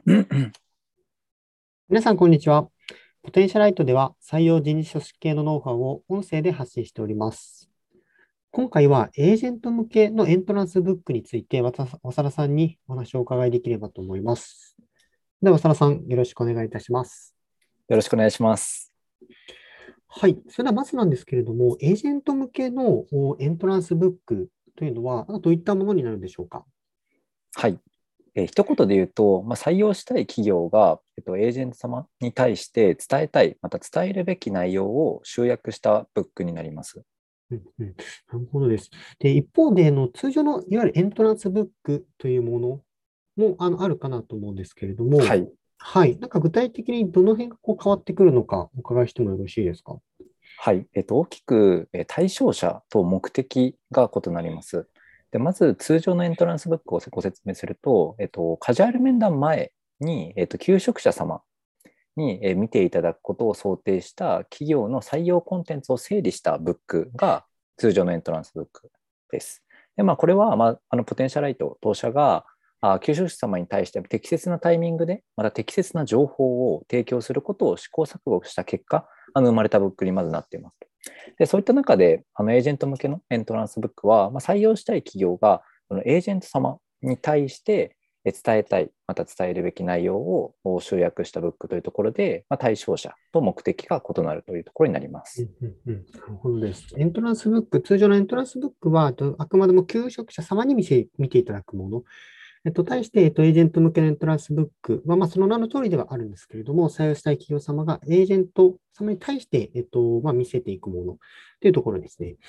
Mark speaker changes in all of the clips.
Speaker 1: 皆さん、こんにちは。ポテンシャライトでは採用人事組織系のノウハウを音声で発信しております。今回はエージェント向けのエントランスブックについて、わさらさんにお話をお伺いできればと思います。では、わさらさん、よろしくお願いいたします。
Speaker 2: よろしくお願いします。
Speaker 1: はい。それではまずなんですけれども、エージェント向けのエントランスブックというのは、どういったものになるんでしょうか？
Speaker 2: はい。一言で言うと、採用したい企業が、エージェント様に対して伝えたい、また伝えるべき内容を集約したブックになります。
Speaker 1: うんうん、なるほどです。で、一方で、通常のいわゆるエントランスブックというものもあるかなと思うんですけれども、
Speaker 2: はい。
Speaker 1: はい。なんか具体的にどの辺が変わってくるのかお伺いしてもよろしいですか？
Speaker 2: はい。大きく対象者と目的が異なります。で、まず通常のエントランスブックをご説明すると、カジュアル面談前に、求職者様に見ていただくことを想定した企業の採用コンテンツを整理したブックが通常のエントランスブックです。で、これは、ポテンシャライト当社が求職者様に対して適切なタイミングで、また適切な情報を提供することを試行錯誤した結果、生まれたブックにまずなっています。で、そういった中で、エージェント向けのエントランスブックは、採用したい企業が、このエージェント様に対して伝えたい、また伝えるべき内容を集約したブックというところで、対象者と目的が異なるというところになります。
Speaker 1: うんうんうん、なるほどです。エントランスブック、通常のエントランスブックは、あくまでも求職者様に見ていただくもの。対して、エージェント向けのエントランスブックは、その名の通りではあるんですけれども、採用したい企業様がエージェント様に対して、見せていくものというところですね。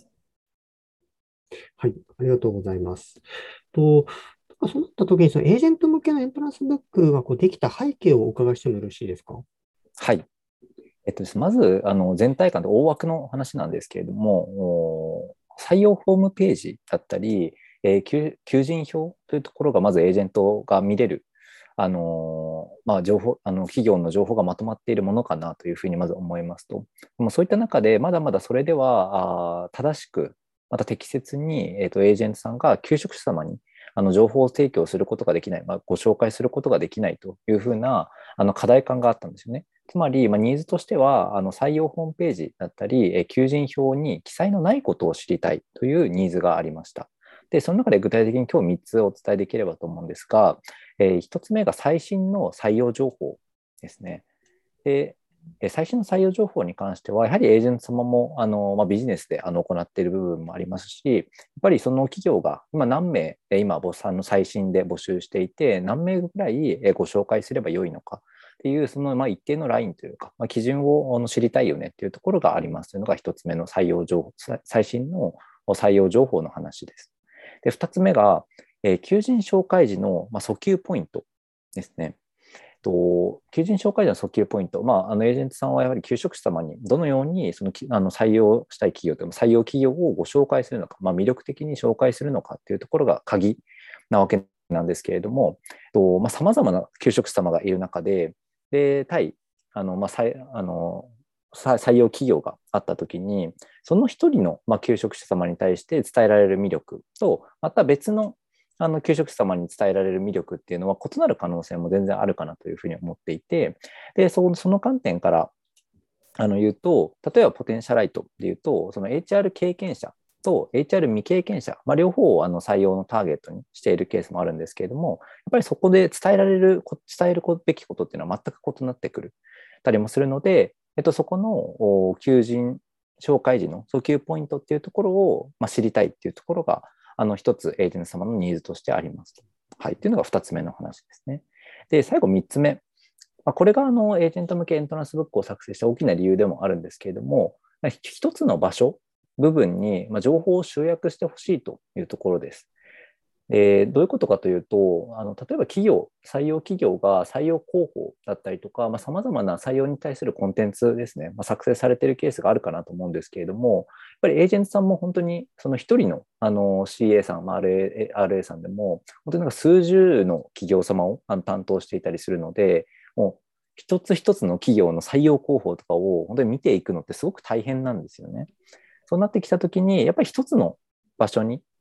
Speaker 1: はい、ありがとうございます。と、そうなった時に、そのエージェント向けのエントランスブックができた背景をお伺いしてもよろしいですか？
Speaker 2: はい。まず、全体感と大枠の話なんですけれども、採用ホームページだったり、求人票というところがまずエージェントが見れる、情報、企業の情報がまとまっているものかなというふうにまず思いますと。もうそういった中で、まだまだそれでは、正しく、また適切に、エージェントさんが求職者様に情報を提供することができない、ご紹介することができないというふうな課題感があったんですよね。つまり、ニーズとしては、採用ホームページだったり、求人票に記載のないことを知りたいというニーズがありました。で、その中で具体的に今日3つお伝えできればと思うんですが、1つ目が最新の採用情報ですね。で、最新の採用情報に関しては、やはりエージェント様もビジネスで行っている部分もありますし、やっぱりその企業が今何名、今、ボスさんの最新で募集していて、何名ぐらいご紹介すればよいのかっていう、その一定のラインというか、基準を知りたいよねっていうところがありますというのが一つ目の採用情報、最新の採用情報の話です。で、二つ目が、求人紹介時の訴求ポイントですね。求人紹介時の訴求ポイント、エージェントさんはやはり求職者様にどのようにその採用したい企業というか、採用企業をご紹介するのか、魅力的に紹介するのかというところが鍵なわけなんですけれども、さまざまな求職者様がいる中で、対あの、まあ、採あの採用企業があったときに、その一人の、求職者様に対して伝えられる魅力と、また別の求職者様に伝えられる魅力っていうのは異なる可能性も全然あるかなというふうに思っていて、で、その観点から言うと、例えばポテンシャライトで言うと、その HR 経験者と HR 未経験者、両方を採用のターゲットにしているケースもあるんですけれども、やっぱりそこで伝えるべきことっていうのは全く異なってくるたりもするので、そこの求人紹介時の訴求ポイントっていうところを、知りたいっていうところが、一つエージェント様のニーズとしてあります。はい。っていうのが二つ目の話ですね。で、最後三つ目。これがエージェント向けエントランスブックを作成した大きな理由でもあるんですけれども、一つの場所、部分に情報を集約してほしいというところです。どういうことかというと、例えば採用企業が採用広報だったりとか、様々な採用に対するコンテンツですね、作成されているケースがあるかなと思うんですけれども、やっぱりエージェントさんも本当にその一人の、CA さん、RA さんでも、本当になんか数十の企業様を担当していたりするので、もう一つ一つの企業の採用広報とかを本当に見ていくのってすごく大変なんですよね。そうなってきたときに、やっぱり一つの場所に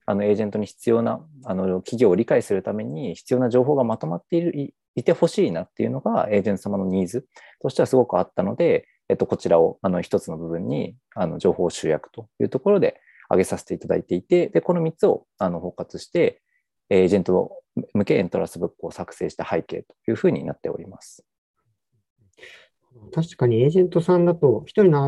Speaker 2: エージェントに必要な企業を理解するために必要な情報がまとまっていてほしいなっていうのがエージェント様のニーズとしてはすごくあったので、こちらを一つの部分に情報集約というところで挙げさせていただいていて、でこの3つを包括してエージェント向けエントランスブックを作成した背景というふうになっております。
Speaker 1: 確かにエージェントさんだと、一人の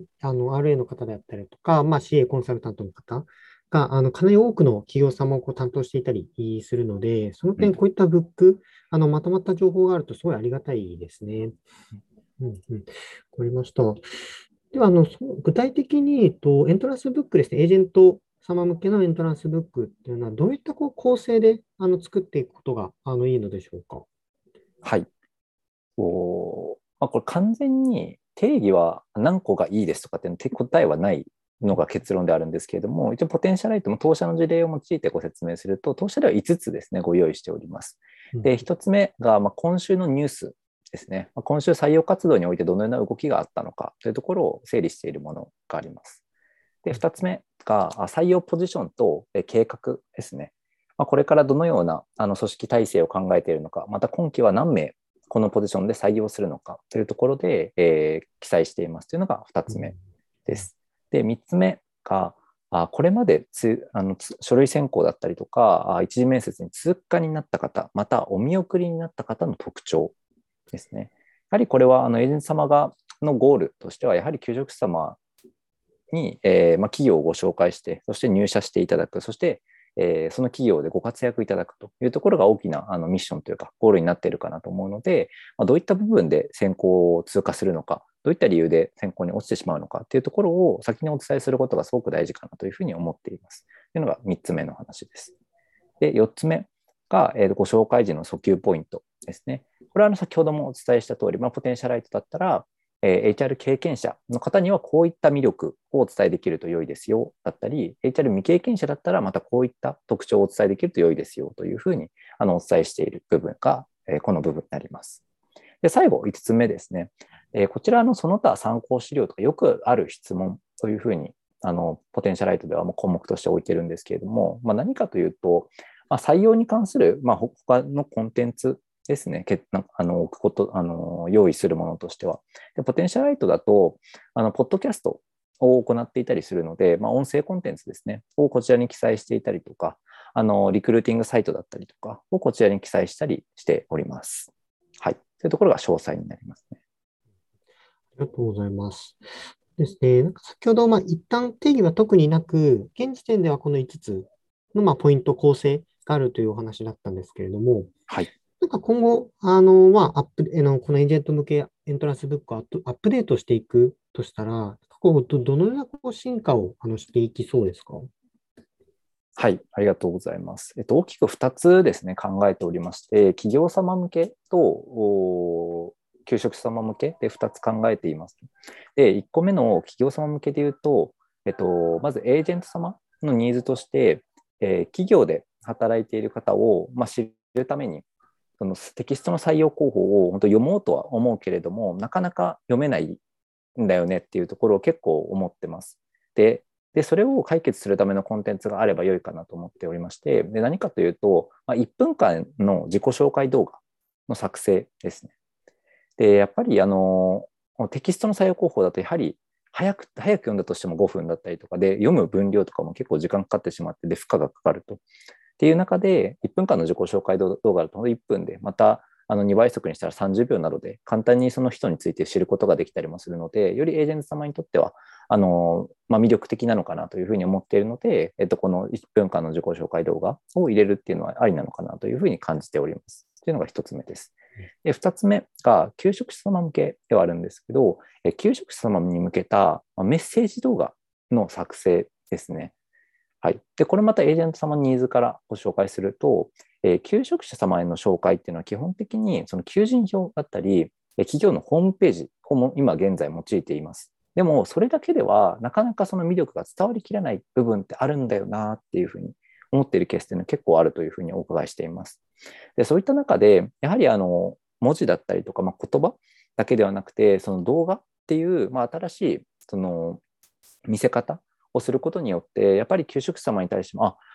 Speaker 1: RA の方であったりとか、CA コンサルタントの方が、かなり多くの企業様を担当していたりするので、その点、こういったブック、まとまった情報があるとすごいありがたいですね。わかりました。では、具体的に、エントランスブックですね、エージェント様向けのエントランスブックっていうのは、どういった構成で作っていくことがいいのでしょうか。
Speaker 2: はい。これ完全に定義は何個がいいですとかっていうの答えはないのが結論であるんですけれども、一応ポテンシャライトも当社の事例を用いてご説明すると、当社では5つですね、ご用意しております。で、1つ目が、今週のニュースですね。今週採用活動においてどのような動きがあったのかというところを整理しているものがあります。で、2つ目が採用ポジションと計画ですね。これからどのような組織体制を考えているのか、また今期は何名このポジションで採用するのかというところで、記載していますというのが2つ目です。で、3つ目が、これまで書類選考だったりとか、一次面接に通過になった方、またお見送りになった方の特徴ですね。やはりこれはエージェント様のゴールとしては、やはり求職者様に、企業をご紹介して、そして入社していただく、そしてその企業でご活躍いただくというところが大きなミッションというかゴールになっているかなと思うので、どういった部分で選考を通過するのか、どういった理由で選考に落ちてしまうのかというところを先にお伝えすることがすごく大事かなというふうに思っています。というのが3つ目の話です。で、4つ目が、ご紹介時の訴求ポイントですね。これは先ほどもお伝えした通り、ポテンシャライトだったら、HR 経験者の方にはこういった魅力をお伝えできると良いですよだったり、HR 未経験者だったらまたこういった特徴をお伝えできると良いですよというふうにお伝えしている部分が、この部分になります。で、最後5つ目ですね。こちらのその他参考資料とかよくある質問というふうにポテンシャライトではもう項目として置いてるんですけれども、何かというと、採用に関する、他のコンテンツですね、置くこと、用意するものとしては。で、ポテンシャライトだと、ポッドキャストを行っていたりするので、音声コンテンツですね、をこちらに記載していたりとか、リクルーティングサイトだったりとかをこちらに記載したりしております。はい。というところが詳細になりますね。
Speaker 1: ありがとうございます。ですね。先ほど、一旦定義は特になく、現時点ではこの5つの、ポイント構成があるというお話だったんですけれども、
Speaker 2: はい。
Speaker 1: 今後、このエージェント向けエントランスブックをアップデートしていくとしたら、どのような進化をしていきそうですか？
Speaker 2: はい、ありがとうございます。大きく2つですね、考えておりまして、企業様向けと求職者様向けで2つ考えています。で、1個目の企業様向けで言うと、まずエージェント様のニーズとして、企業で働いている方を、知るために、そのテキストの採用広報を本当読もうとは思うけれども、なかなか読めないんだよねっていうところを結構思ってます。で、それを解決するためのコンテンツがあれば良いかなと思っておりまして、で何かというと、1分間の自己紹介動画の作成ですね。で、やっぱりテキストの採用広報だと、やはり早く読んだとしても5分だったりとかで、読む分量とかも結構時間かかってしまって、で、負荷がかかると。っていう中で、1分間の自己紹介動画だと1分で、また2倍速にしたら30秒などで、簡単にその人について知ることができたりもするので、よりエージェント様にとっては、魅力的なのかなというふうに思っているので、この1分間の自己紹介動画を入れるっていうのはありなのかなというふうに感じております。というのが1つ目です。で、2つ目が、求職者様向けではあるんですけど、求職者様に向けたメッセージ動画の作成ですね。はい。で、これまたエージェント様のニーズからご紹介すると、求職者様への紹介っていうのは基本的にその求人票だったり、企業のホームページをも今現在用いています。でも、それだけではなかなかその魅力が伝わりきらない部分ってあるんだよなっていうふうに思っているケースっていうのは結構あるというふうにお伺いしています。で、そういった中で、やはり文字だったりとか、言葉だけではなくて、その動画っていう、新しいその見せ方をすることによって、やっぱり求職者様に対しても、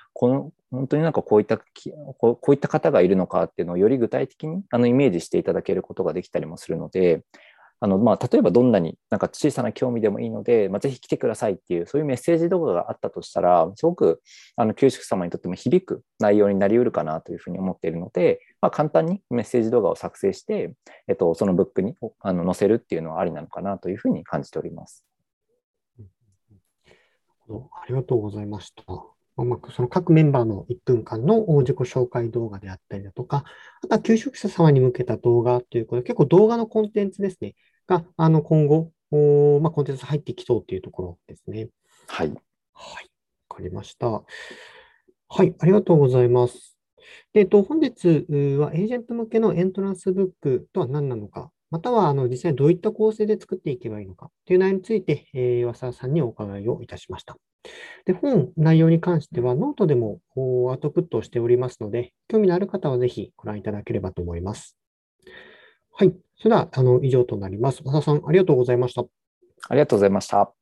Speaker 2: 本当になんかこういった方がいるのかっていうのをより具体的にイメージしていただけることができたりもするので、例えばどんなになんか小さな興味でもいいので、ぜひ来てくださいっていう、そういうメッセージ動画があったとしたら、すごく給食様にとっても響く内容になりうるかなというふうに思っているので、簡単にメッセージ動画を作成して、そのブックに載せるっていうのはありなのかなというふうに感じております。
Speaker 1: ありがとうございました。その各メンバーの1分間の自己紹介動画であったりだとか、あとは求職者様に向けた動画ということで、結構動画のコンテンツですね、が、今後、コンテンツ入ってきそうというところですね。
Speaker 2: はい。
Speaker 1: はい。わかりました。はい、ありがとうございます。本日はエージェント向けのエントランスブックとは何なのか、または実際どういった構成で作っていけばいいのかという内容について、岩沢さんにお伺いをいたしました。で、内容に関してはノートでもアウトプットをしておりますので、興味のある方はぜひご覧いただければと思います。はい。それでは、以上となります。岩沢さん、ありがとうございました。
Speaker 2: ありがとうございました。